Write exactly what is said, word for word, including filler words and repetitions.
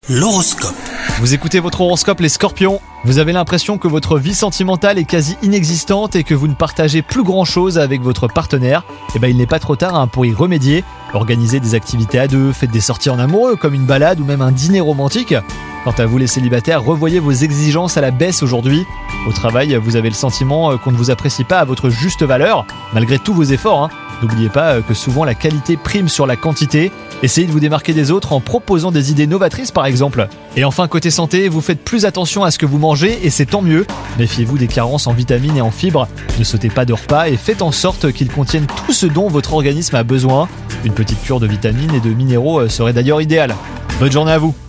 L'horoscope. Vous écoutez votre horoscope les Scorpions. Vous avez l'impression que votre vie sentimentale est quasi inexistante et que vous ne partagez plus grand chose avec votre partenaire. Eh ben il n'est pas trop tard hein, pour y remédier. Organisez des activités à deux, faites des sorties en amoureux comme une balade ou même un dîner romantique. Quant à vous les célibataires, revoyez vos exigences à la baisse aujourd'hui. Au travail, vous avez le sentiment qu'on ne vous apprécie pas à votre juste valeur, malgré tous vos efforts. Hein. N'oubliez pas que souvent la qualité prime sur la quantité. Essayez de vous démarquer des autres en proposant des idées novatrices par exemple. Et enfin côté santé, vous faites plus attention à ce que vous mangez et c'est tant mieux. Méfiez-vous des carences en vitamines et en fibres. Ne sautez pas de repas et faites en sorte qu'ils contiennent tout ce dont votre organisme a besoin. Une petite cure de vitamines et de minéraux serait d'ailleurs idéale. Bonne journée à vous.